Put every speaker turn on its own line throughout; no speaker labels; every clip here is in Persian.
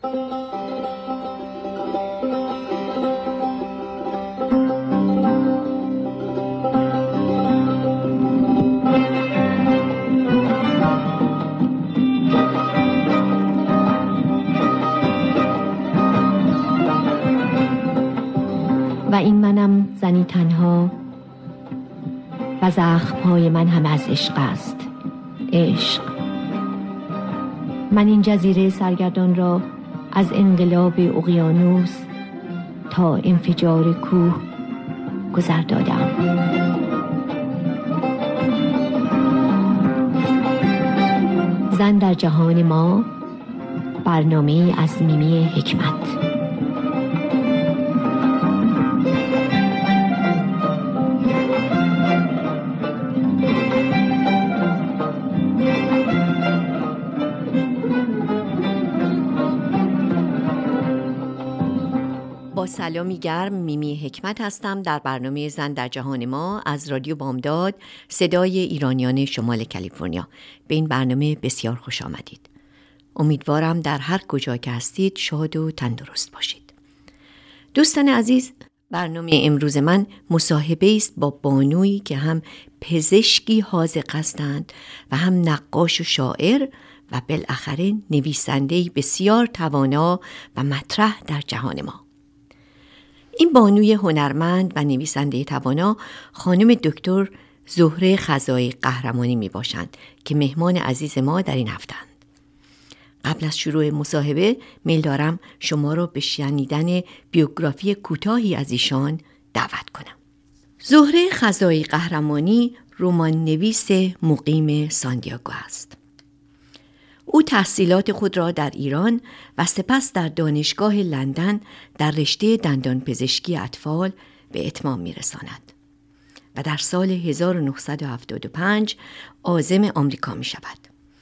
و این منم زنی تنها و زخم‌های من هم از عشق است. عشق. من این جزیره سرگردان را از انقلاب اقیانوس تا انفجار کوه گذر دادم. زن در جهان ما، برنامه از میمی حکمت.
با سلامی گرم، میمی حکمت هستم در برنامه زن در جهان ما از رادیو بامداد، صدای ایرانیان شمال کالیفرنیا. به این برنامه بسیار خوش آمدید. امیدوارم در هر کجا که هستید شاد و تندرست باشید. دوستان عزیز، برنامه امروز من مصاحبه است با بانویی که هم پزشکی حاذق هستند و هم نقاش و شاعر و بالاخره نویسنده‌ای بسیار توانا و مطرح در جهان ما. این بانوی هنرمند و نویسنده توانا خانم دکتر زهره خزایی قهرمانی می باشند که مهمان عزیز ما در این هفته‌اند. قبل از شروع مصاحبه میل دارم شما را به شنیدن بیوگرافی کوتاهی از ایشان دعوت کنم. زهره خزایی قهرمانی رمان نویس مقیم ساندیاگو است. او تحصیلات خود را در ایران و سپس در دانشگاه لندن در رشته دندانپزشکی اطفال به اتمام می‌رساند و در سال 1975 عازم آمریکا می‌شود.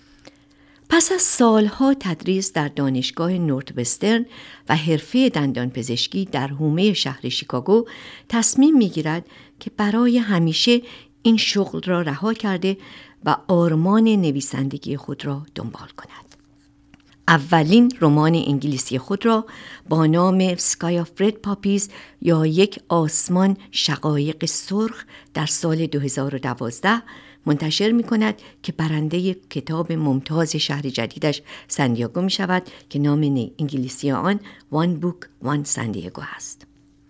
پس از سالها تدریس در دانشگاه نورتوسترن و حرفه دندانپزشکی در حومه شهر شیکاگو تصمیم می‌گیرد که برای همیشه این شغل را رها کرده و آرمان نویسندگی خود را دنبال کند. اولین رمان انگلیسی خود را با نام Sky of Red Poppies یا یک آسمان شقایق سرخ در سال 2012 منتشر می کند که برنده کتاب ممتاز شهر جدیدش ساندیاگو می شود که نام انگلیسی آن One Book One San Diego است.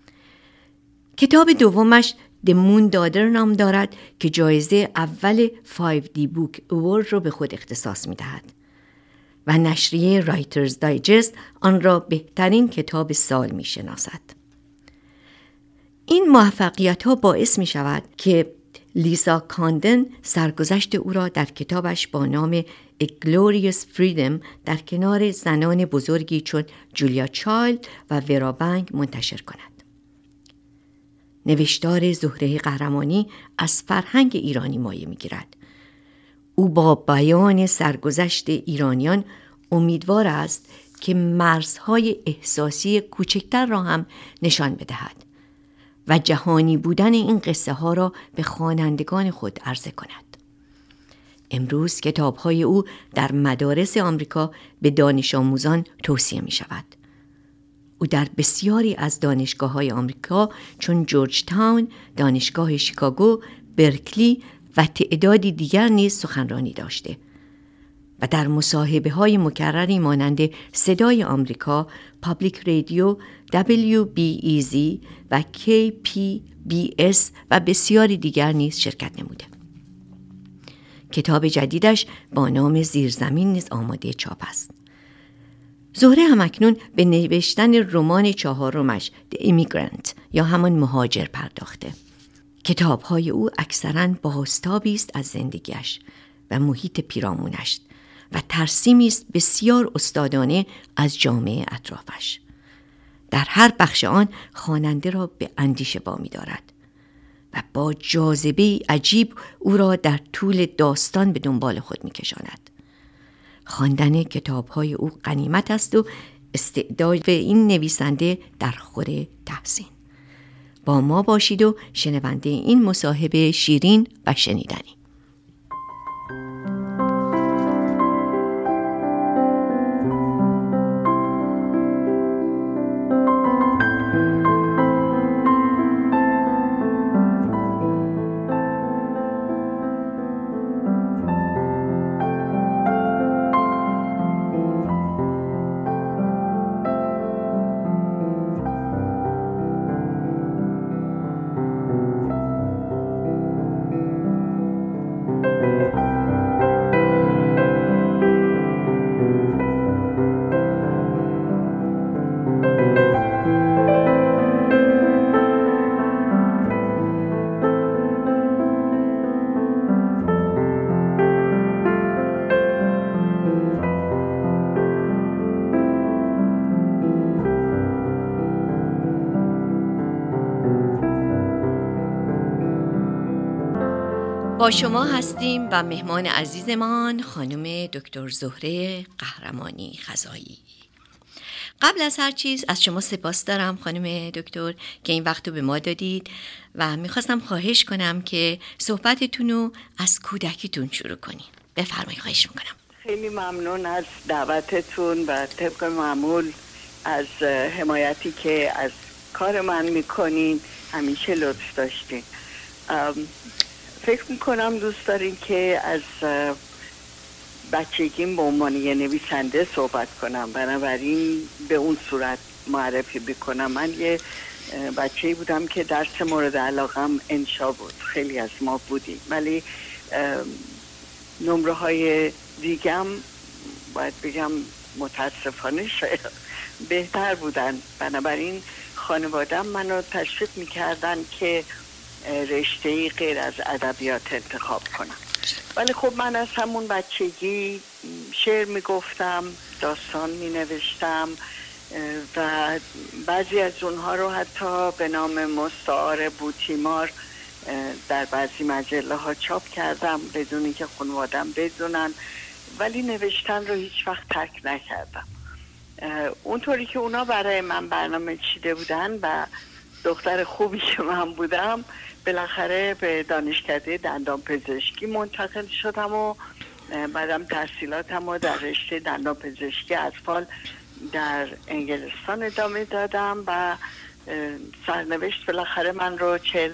کتاب دومش The Moon Daughter نام دارد که جایزه اول 5D Book Award را به خود اختصاص می دهد و نشریه Writer's Digest آن را بهترین کتاب سال می شناسد. این موفقیت ها باعث می شود که لیزا کاندن سرگذشت او را در کتابش با نام A Glorious Freedom در کنار زنان بزرگی چون جولیا چایلد و ورا بنگ منتشر کند. نوشتار زهره قهرمانی از فرهنگ ایرانی مایه می‌گیرد. او با بیان سرگذشت ایرانیان امیدوار است که مرزهای احساسی کوچکتر را هم نشان بدهد و جهانی بودن این قصه ها را به خوانندگان خود عرضه کند. امروز کتاب‌های او در مدارس آمریکا به دانش آموزان توصیه می شود. او در بسیاری از دانشگاه‌های آمریکا چون جورج تاون، دانشگاه شیکاگو، برکلی و تعدادی دیگر نیز سخنرانی داشته و در مصاحبه‌های مکرری مانند صدای آمریکا، پابلیک رادیو، WBEZ و KPBS و بسیاری دیگر نیز شرکت نموده. کتاب جدیدش با نام زیرزمین نیز آماده چاپ است. زهره همکنون به نوشتن رمان چهارمش The Immigrant یا همان مهاجر پرداخته. کتاب‌های او اکثراً بازتابی است از زندگیش و محیط پیرامونش و ترسیمی است بسیار استادانه از جامعه اطرافش. در هر بخش آن خواننده را به اندیشه وامی دارد و با جاذبه عجیب او را در طول داستان به دنبال خود می‌کشاند. خواندن کتاب‌های او غنیمت است و استعداد این نویسنده در خور تحسین. با ما باشید و شنونده این مصاحبه شیرین و شنیدنی. با شما هستیم و مهمان عزیزمان خانم دکتر زهره قهرمانی خزایی. قبل از هر چیز از شما سپاس دارم خانم دکتر که این وقت رو به ما دادید و میخواستم خواهش کنم که صحبتتون رو از کودکیتون شروع کنیم. بفرمایید، خواهش میکنم.
خیلی ممنون از دعوتتون و طبق معمول از حمایتی که از کار من میکنین. همیشه لطف داشتین. فکر میکنم دوست دارین که از بچگیم به عنوان یه نویسنده صحبت کنم، بنابراین به اون صورت معرفی بکنم. من یه بچه‌ای بودم که درس مورد علاقم انشا بود. خیلی از ما بودیم، ولی نمره های دیگم باید بگم متاسفانه شاید بهتر بودن. بنابراین خانوادم منو تشویق میکردن که رشته‌ای غیر از ادبیات انتخاب کنم. ولی خب من از همون بچگی شعر میگفتم، داستان مینوشتم و بعضی از اونها رو حتی به نام مستعار بوتیمار در بعضی مجله ها چاپ کردم بدون اینکه خانوادم بدونن، ولی نوشتن رو هیچ وقت ترک نکردم. اونطوری که اونا برای من برنامه چیده بودن و دختر خوبی که من بودم، بالاخره به دانشکده دندان پزشکی منتقل شدم و بعدم تحصیلاتم رو در رشته دندان پزشکی اطفال در انگلستان ادامه دادم و سرنوشت بالاخره من رو 45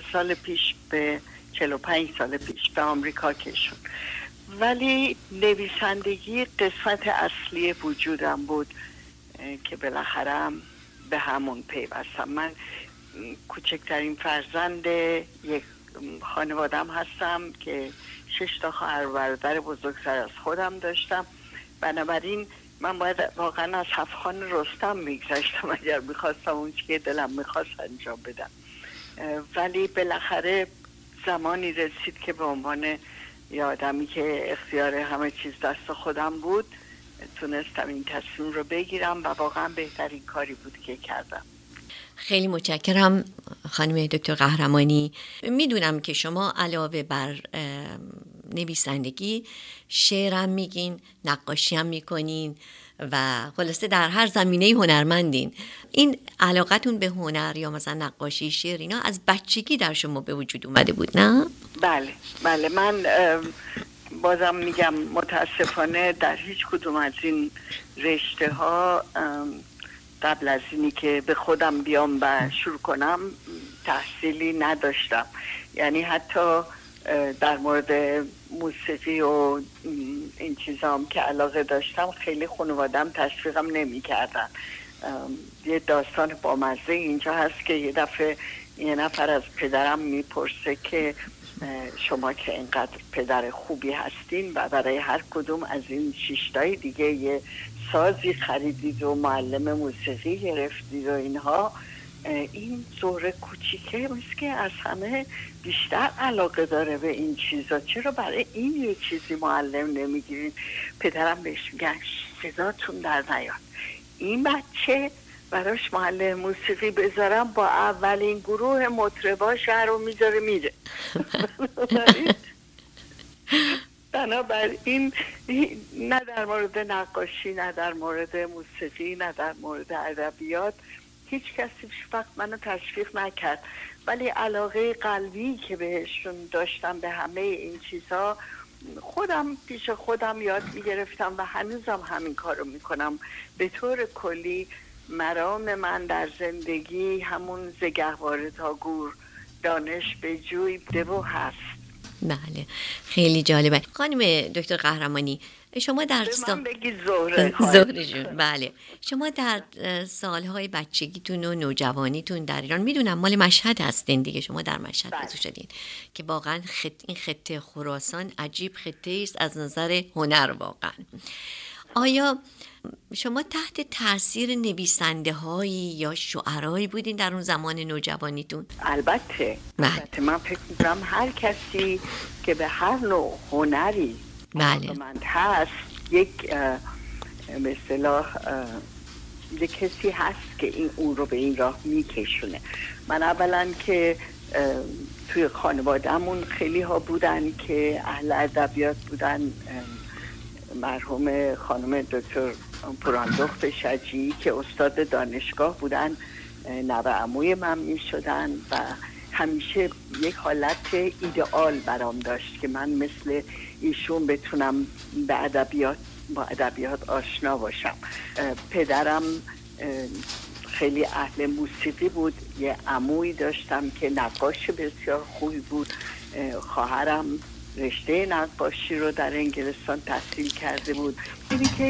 سال پیش به آمریکا کشوند. ولی نویسندگی قسمت اصلی وجودم بود که بالاخره به همون پیوستم. من کوچکترین فرزند یک خانوادم هستم که 6 تا خواهر و برادر بزرگتر از خودم داشتم. بنابراین من باید واقعا از هفت‌خوان رستم میگذشتم اگر میخواستم اون چی که دلم میخواست انجام بدم. ولی بالاخره زمانی رسید که به عنوان یه آدمی که اختیار همه چیز دست خودم بود تونستم این تصمیم رو بگیرم و واقعا بهترین کاری بود که کردم.
خیلی متشکرم خانم دکتر قهرمانی. میدونم که شما علاوه بر نویسندگی شعرم میگین، نقاشی هم میکنین و خلاصه در هر زمینه هنرمندین. این علاقتون به هنر یا مثلا نقاشی، شعر، اینا از بچگی در شما به وجود اومده بود، نه؟
بله من بازم میگم متاسفانه در هیچ کدوم از این رشته ها قبل از اینی که به خودم بیام و شروع کنم تحصیلی نداشتم. یعنی حتی در مورد موسیقی و این چیزام که علاقه داشتم خیلی خانوادم تشویقم نمی کردن. یه داستان بامزه اینجا هست که یه دفعه یه نفر از پدرم میپرسه که شما که اینقدر پدر خوبی هستین و برای هر کدوم از این 6 تای دیگه یه سازی خریدید و معلم موسیقی گرفتید و اینها، این زهره کوچیکه مثل که از همه بیشتر علاقه داره به این چیزا، چرا برای این یه چیزی معلم نمیگیرین؟ پدرم بهش میگن صداتون در نیاد، این بچه براش معلم موسیقی بذارم با اولین گروه مطربا شهر رو میذاره میره. بنابراین نه در مورد نقاشی، نه در مورد موسیقی، نه در مورد ادبیات هیچ کسی وقت منو تشویق نکرد، ولی علاقه قلبی که بهشون داشتم به همه این چیزها خودم پیش خودم یاد میگرفتم و هنوزم همین کار رو میکنم. به طور کلی مرام من در زندگی همون ز گهواره تا گور دانش به جوی دو هست.
بله، خیلی جالبه. خانم دکتر قهرمانی، شما در
من بگی زهره
جون، بله، شما در سالهای بچگیتون و نوجوانیتون در ایران، میدونم مال مشهد هستین دیگه، شما در مشهد بزرگ شدین که واقعا این خطه خراسان عجیب خطه است از نظر هنر واقعا. آیا شما تحت تاثیر نویسنده هایی یا شاعرایی بودین در اون زمان نوجوانیتون؟
البته من فکر می‌کنم هر کسی که به هر نوع هنری علاقه‌مند هست یک به اصطلاح یه کسی هست که اون رو به این راه میکشونه. من اولا که توی خانوادهمون خیلی ها بودن که اهل ادبیات بودن. مرحوم خانم دکتر پوراندخت شجیعی که استاد دانشگاه بودن نوه عموی من می شدن و همیشه یک حالت ایدئال برام داشت که من مثل ایشون بتونم با ادبیات آشنا باشم. پدرم خیلی اهل موسیقی بود. یه عمویی داشتم که نقاش بسیار خوبی بود. خواهرم رشته نقاشی رو در انگلستان تحصیل کرده بود. یعنی که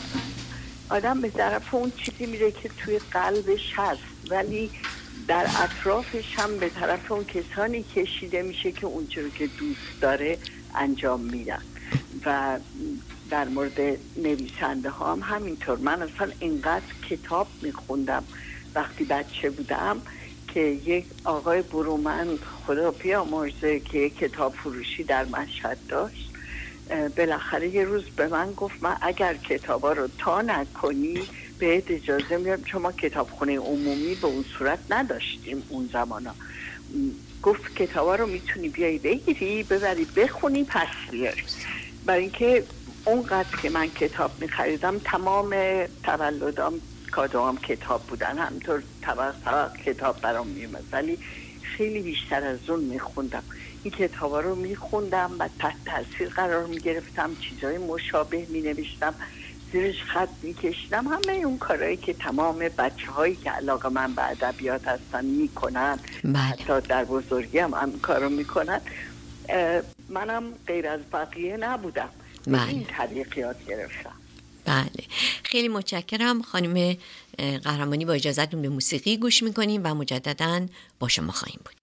آدم به طرف اون چیزی میره که توی قلبش هست، ولی در اطرافش هم به طرف اون کسانی کشیده میشه که اونچه که دوست داره انجام میدن. و در مورد نویسنده ها هم همینطور. من اصلا اینقدر کتاب میخوندم وقتی بچه بودم که یک آقای برومند، خدا بیامرزه، که یک کتاب فروشی در مشهد داشت، بالاخره یه روز به من گفت من اگر کتابا رو تا نکنی بهت اجازه میدم، چون ما کتابخونه عمومی به اون صورت نداشتیم اون زمانا. گفت کتابا رو میتونی بیایی بگیری ببری بخونی پس بیاری. برای اینکه اونقدر که من کتاب میخریدم، تمام تولدام کادوام کتاب بودن، همینطور طبق کتاب برام میومد، ولی خیلی بیشتر از اون میخوندم. این کتابا رو میخوندم و تحت تاثیر قرار میگرفتم، چیزای مشابه مینوشتم، زیرش خط میکشیدم. همه اون کارهایی که تمام بچه‌هایی که علاقه من به ادبیات هستن میکنن، حتی در بزرگی هم کارو میکنن. منم غیر از بقیه نبودم. این طریق یاد گرفتم.
بله، خیلی متشکرم خانم قهرمانی. با اجازهتون به موسیقی گوش میکنیم و مجدداً با شما خواهیم بود.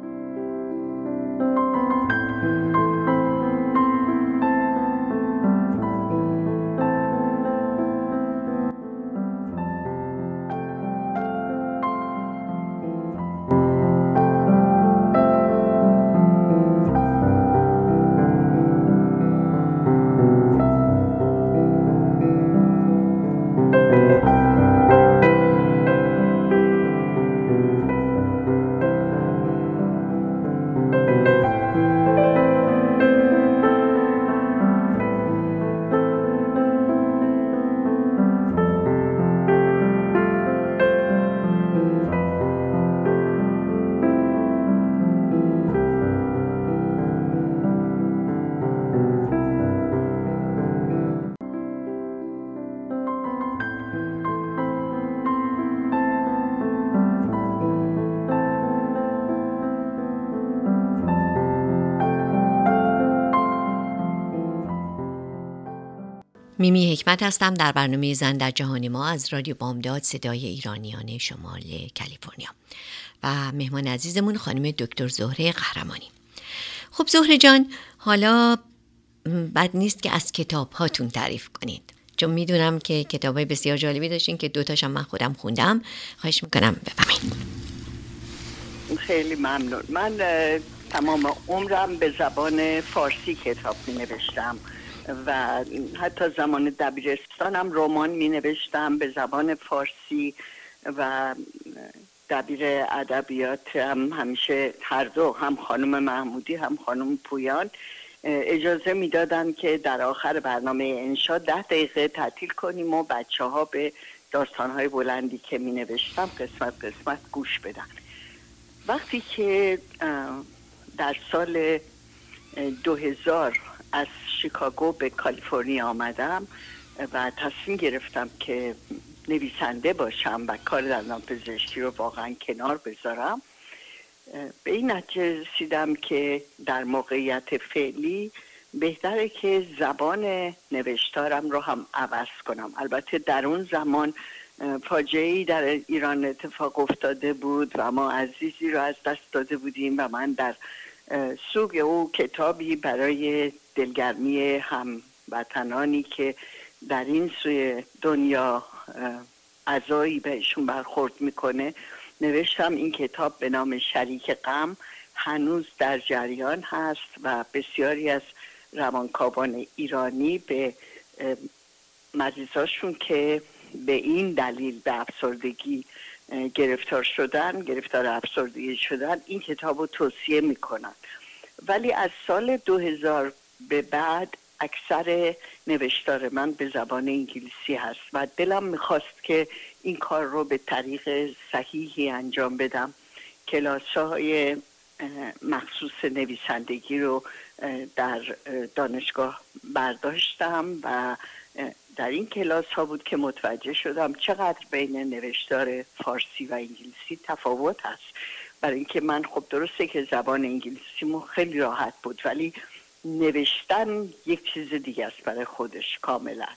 میمی حکمت هستم در برنامه زن در جهان ما از رادیو بامداد، صدای ایرانیان شمال کالیفرنیا، و مهمان عزیزمون خانم دکتر زهره قهرمانی. خب زهره جان، حالا بد نیست که از کتاب هاتون تعریف کنید، چون میدونم که کتابای بسیار جالبی داشتین که 2 تاشم من خودم خوندم. خواهش میکنم بفرمایید.
خیلی ممنون. من تمام عمرم به زبان فارسی کتاب می نوشتم و حتی زمان دبیرستانم رمان می نوشتم به زبان فارسی و دبیر ادبیات هم همیشه هر دو، هم خانم محمودی هم خانم پویان، اجازه می دادن که در آخر برنامه انشا 10 دقیقه تعطیل کنیم و بچه ها به داستانهای بلندی که می نوشتم قسمت گوش بدن. وقتی که در سال 2000 از شیکاگو به کالیفرنیا آمدم و تصمیم گرفتم که نویسنده باشم و کار دندانپزشکی رو واقعا کنار بذارم، به این نتیجه رسیدم که در موقعیت فعلی بهتره که زبان نوشتارم رو هم عوض کنم. البته در اون زمان فاجعه‌ای در ایران اتفاق افتاده بود و ما عزیزی رو از دست داده بودیم و من در سوگ او کتابی برای دلگرمی هموطنانی که در این سوی دنیا عزایی بهشون برخورد میکنه نوشتم. این کتاب به نام شریک غم هنوز در جریان هست و بسیاری از روانکاوان ایرانی به مریضاشون که به این دلیل به افسردگی گرفتار افسردگی شدن این کتاب رو توصیه میکنن. ولی از سال 2000 به بعد اکثر نوشتار من به زبان انگلیسی هست و دلم میخواست که این کار رو به طریق صحیحی انجام بدم. کلاس‌های مخصوص نویسندگی رو در دانشگاه برداشتم و در این کلاس ها بود که متوجه شدم چقدر بین نوشتار فارسی و انگلیسی تفاوت هست. برای اینکه من خب درسته که زبان انگلیسیمون خیلی راحت بود، ولی نوشتن یک چیز دیگه است برای خودش کاملا.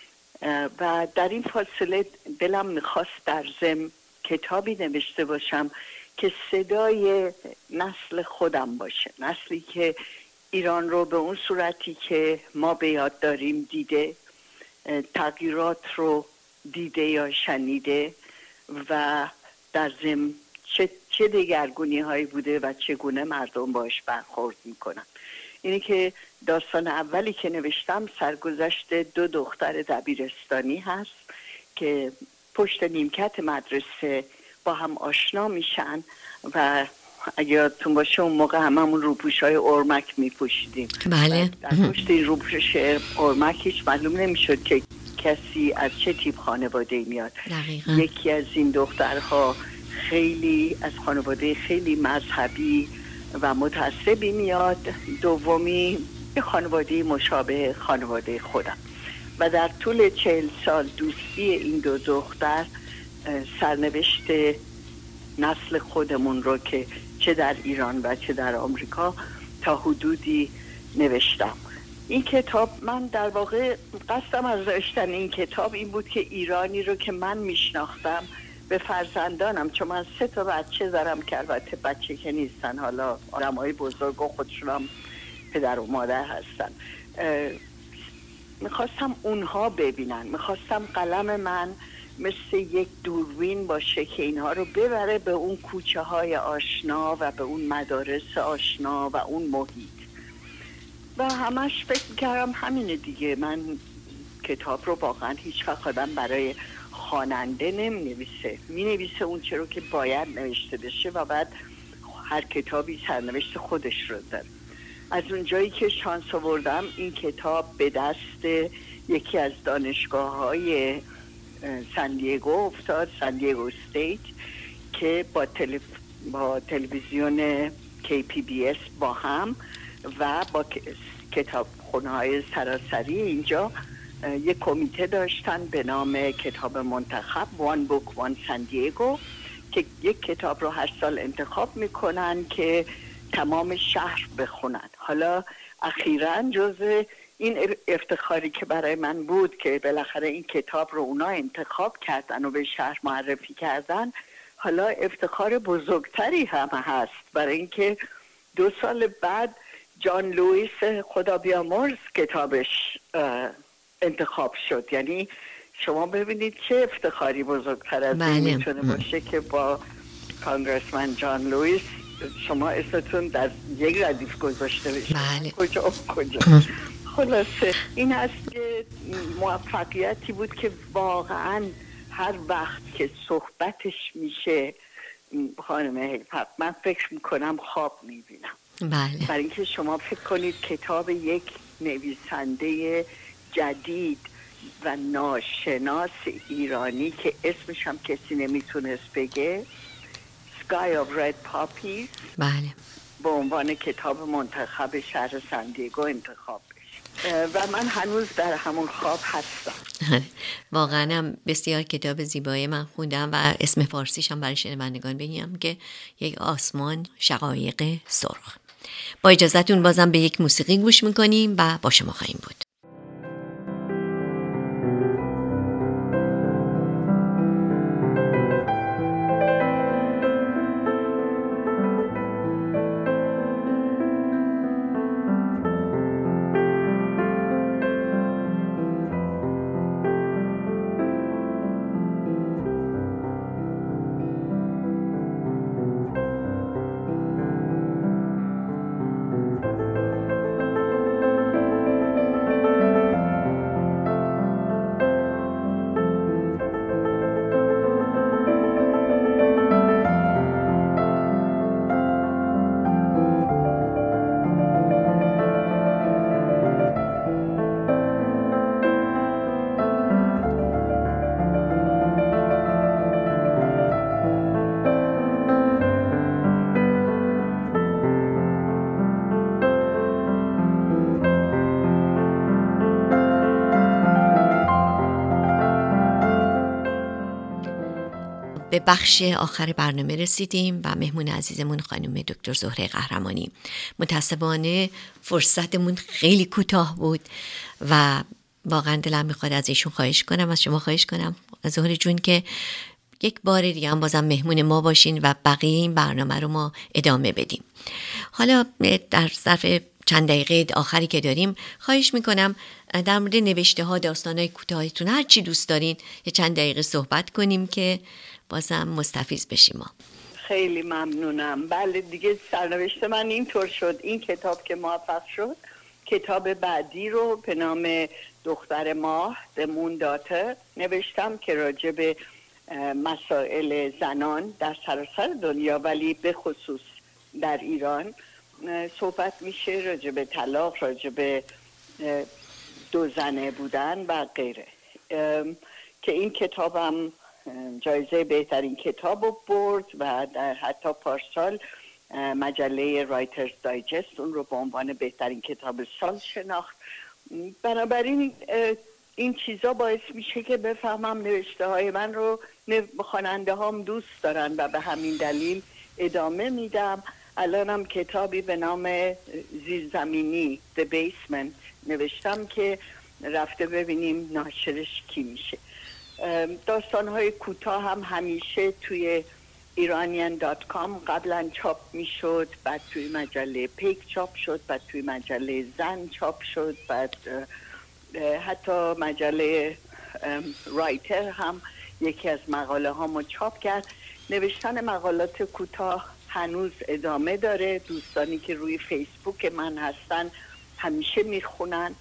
و در این فاصله دلم میخواست در ضمن کتابی نوشته باشم که صدای نسل خودم باشه، نسلی که ایران رو به اون صورتی که ما به یاد داریم دیده، تغییرات رو دیده یا شنیده و در ضمن چه دگرگونی هایی بوده و چگونه مردم باش برخورد میکنن. اینه که داستان اولی که نوشتم سرگذشت 2 دختر دبیرستانی هست که پشت نیمکت مدرسه با هم آشنا میشن و اگه یادتون باشه اون موقع هممون روپوش‌های اورمک میپوشیدیم.
بله.
در پشت این روپوش اورمک هیچ معلوم نمیشد که کسی از چه تیپ خانواده میاد.
دقیقا.
یکی از این دخترها خیلی از خانواده خیلی مذهبی و متعصبی میاد، دومی یه خانواده مشابه خانواده خودم و در طول 40 سال دوستی این 2 دختر سرنوشت نسل خودمون رو که چه در ایران و چه در آمریکا تا حدودی نوشتم. این کتاب من در واقع قصدم از نوشتن این کتاب این بود که ایرانی رو که من میشناختم به فرزندانم، چون من 3 بچه دارم که البته بچه که نیستن، حالا آدمای بزرگ و خودشونم پدر و مادر هستن، میخواستم اونها ببینن، میخواستم قلم من مثل یک دوربین باشه که اینها رو ببره به اون کوچه های آشنا و به اون مدارس آشنا و اون محیط. و همش فکر میکردم همینه دیگه، من کتاب رو واقعا هیچ وقت آدم برای خواننده مینویسه اون چرا که باید نوشته بشه و بعد هر کتابی سرنوشت خودش رو داره. از اونجایی که شانس آوردم این کتاب به دست یکی از دانشگاه‌های سندیگو افتاد، سندیگو استیت، که با تلویزیون KPBS با هم و با کتابخونه‌های سراسری اینجا یک کمیته داشتن به نام کتاب منتخب One Book One San Diego که یک کتاب رو هر سال انتخاب میکنن که تمام شهر بخونن. حالا اخیراً جزء این افتخاری که برای من بود که بالاخره این کتاب رو اونا انتخاب کردن و به شهر معرفی کردن، حالا افتخار بزرگتری هم هست برای اینکه 2 سال بعد جان لوئیس خدا بیامرز کتابش انتخاب شد. یعنی شما ببینید چه افتخاری بزرگتر از این میتونه باشه که با کانگرسمن جان لوئیس شما اسمتون در یک ردیف گذاشته بشه. کجا خلاصه این است که موفقیتی بود که واقعا هر وقت که صحبتش میشه خانم هیپت من فکر میکنم خواب میبینم.
بله.
برای اینکه شما فکر کنید کتاب یک نویسنده جدید و ناشناس ایرانی که اسمش هم کسی نمیتونست بگه، Sky of Red Poppies،
بله،
به عنوان کتاب منتخب شهر سندیگو انتخاب بشه و من هنوز در همون خواب هستم.
واقعا هم بسیار کتاب زیبایی من خوندم و اسم فارسیش هم برای شنوندگان بگم که یک آسمان شقایق سرخ. با اجازهتون بازم به یک موسیقی گوش میکنیم و با شما خواهیم بود. به بخش آخر برنامه رسیدیم و مهمون عزیزمون خانم دکتر زهره قهرمانی. متاسفانه فرصتمون خیلی کوتاه بود و واقعا دلم میخواد از ایشون خواهش کنم، از شما خواهش کنم زهره جون که یک بار دیگه هم بازم مهمون ما باشین و بقیه این برنامه رو ما ادامه بدیم. حالا در ظرف چند دقیقه آخری که داریم خواهش میکنم در مورد نوشته ها، داستانهای کوتاهتون، هر چی دوست دارین یه چند دقیقه صحبت کنیم که بازم مستفیض بشیم ما.
خیلی ممنونم. بله دیگه سرنوشت من اینطور شد. این کتاب که موفق شد، کتاب بعدی رو به نام دختر ماه The Moon Daughter نوشتم که راجع به مسائل زنان در سراسر دنیا ولی به خصوص در ایران صحبت میشه، راجع به طلاق، راجع به دو زنه بودن و غیره. که این کتابم جایزه بهترین کتاب رو برد و در حتی پارسال مجله رایترز دایجست اون رو به عنوان بهترین کتاب سال شناخت. بنابراین این چیزا باعث میشه که بفهمم نوشته های من رو خواننده هام دوست دارن و به همین دلیل ادامه میدم. الانم کتابی به نام زیرزمینی The Basement نوشتم که رفته ببینیم ناشرش کی میشه. داستان‌های کوتاه هم همیشه توی Iranian.com قبلا چاپ میشد، بعد توی مجله پیک چاپ شد، بعد توی مجله زن چاپ شد، بعد حتی مجله رایتر هم یکی از مقاله هامو چاپ کرد. نوشتن مقالات کوتاه هنوز ادامه داره. دوستانی که روی فیسبوک من هستن همیشه میخونن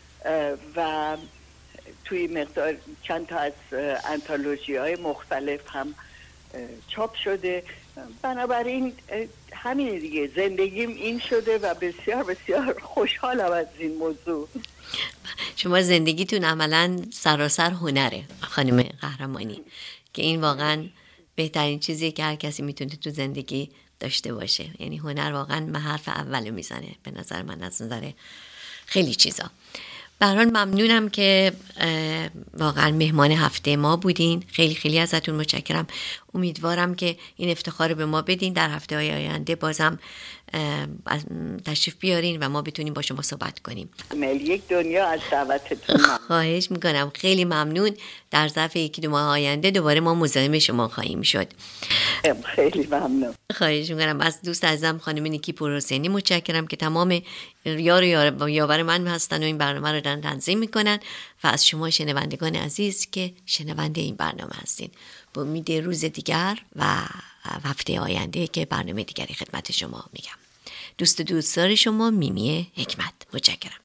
و توی مقدار چند تا از انتولوژی های مختلف هم چاپ شده. بنابراین همین دیگه، زندگیم این شده و بسیار بسیار خوشحالم از این موضوع.
شما زندگیتون عملاً سراسر هنره خانم قهرمانی، که این واقعاً بهترین چیزیه که هر کسی میتونه تو زندگی داشته باشه. یعنی هنر واقعاً حرف اول میزنه به نظر من از نظر خیلی چیزا. به هر حال ممنونم که واقعا مهمان هفته ما بودین. خیلی خیلی ازتون متشکرم. امیدوارم که این افتخار رو به ما بدین در هفته‌های آینده بازم تشریف بیارین و ما بتونیم با شما صحبت کنیم.
یک دنیا از دعوتتون.
خواهش میکنم. خیلی ممنون. در ظرف یکی دو ماه آینده دوباره ما مزاحم شما خواهیم شد.
خیلی ممنون.
خواهش میکنم. از دوست عزیزم خانم نیکی پورحسینی متشکرم که تمام یاور من هستن و این برنامه رو تنظیم میکنن و از شما شنوندگان عزیز که شنونده این برنامه هستین. با امید روز دیگر و هفته آینده که برنامه دیگری خدمت شما میگم. دوست دوستدار شما میمی حکمت. متشکرم.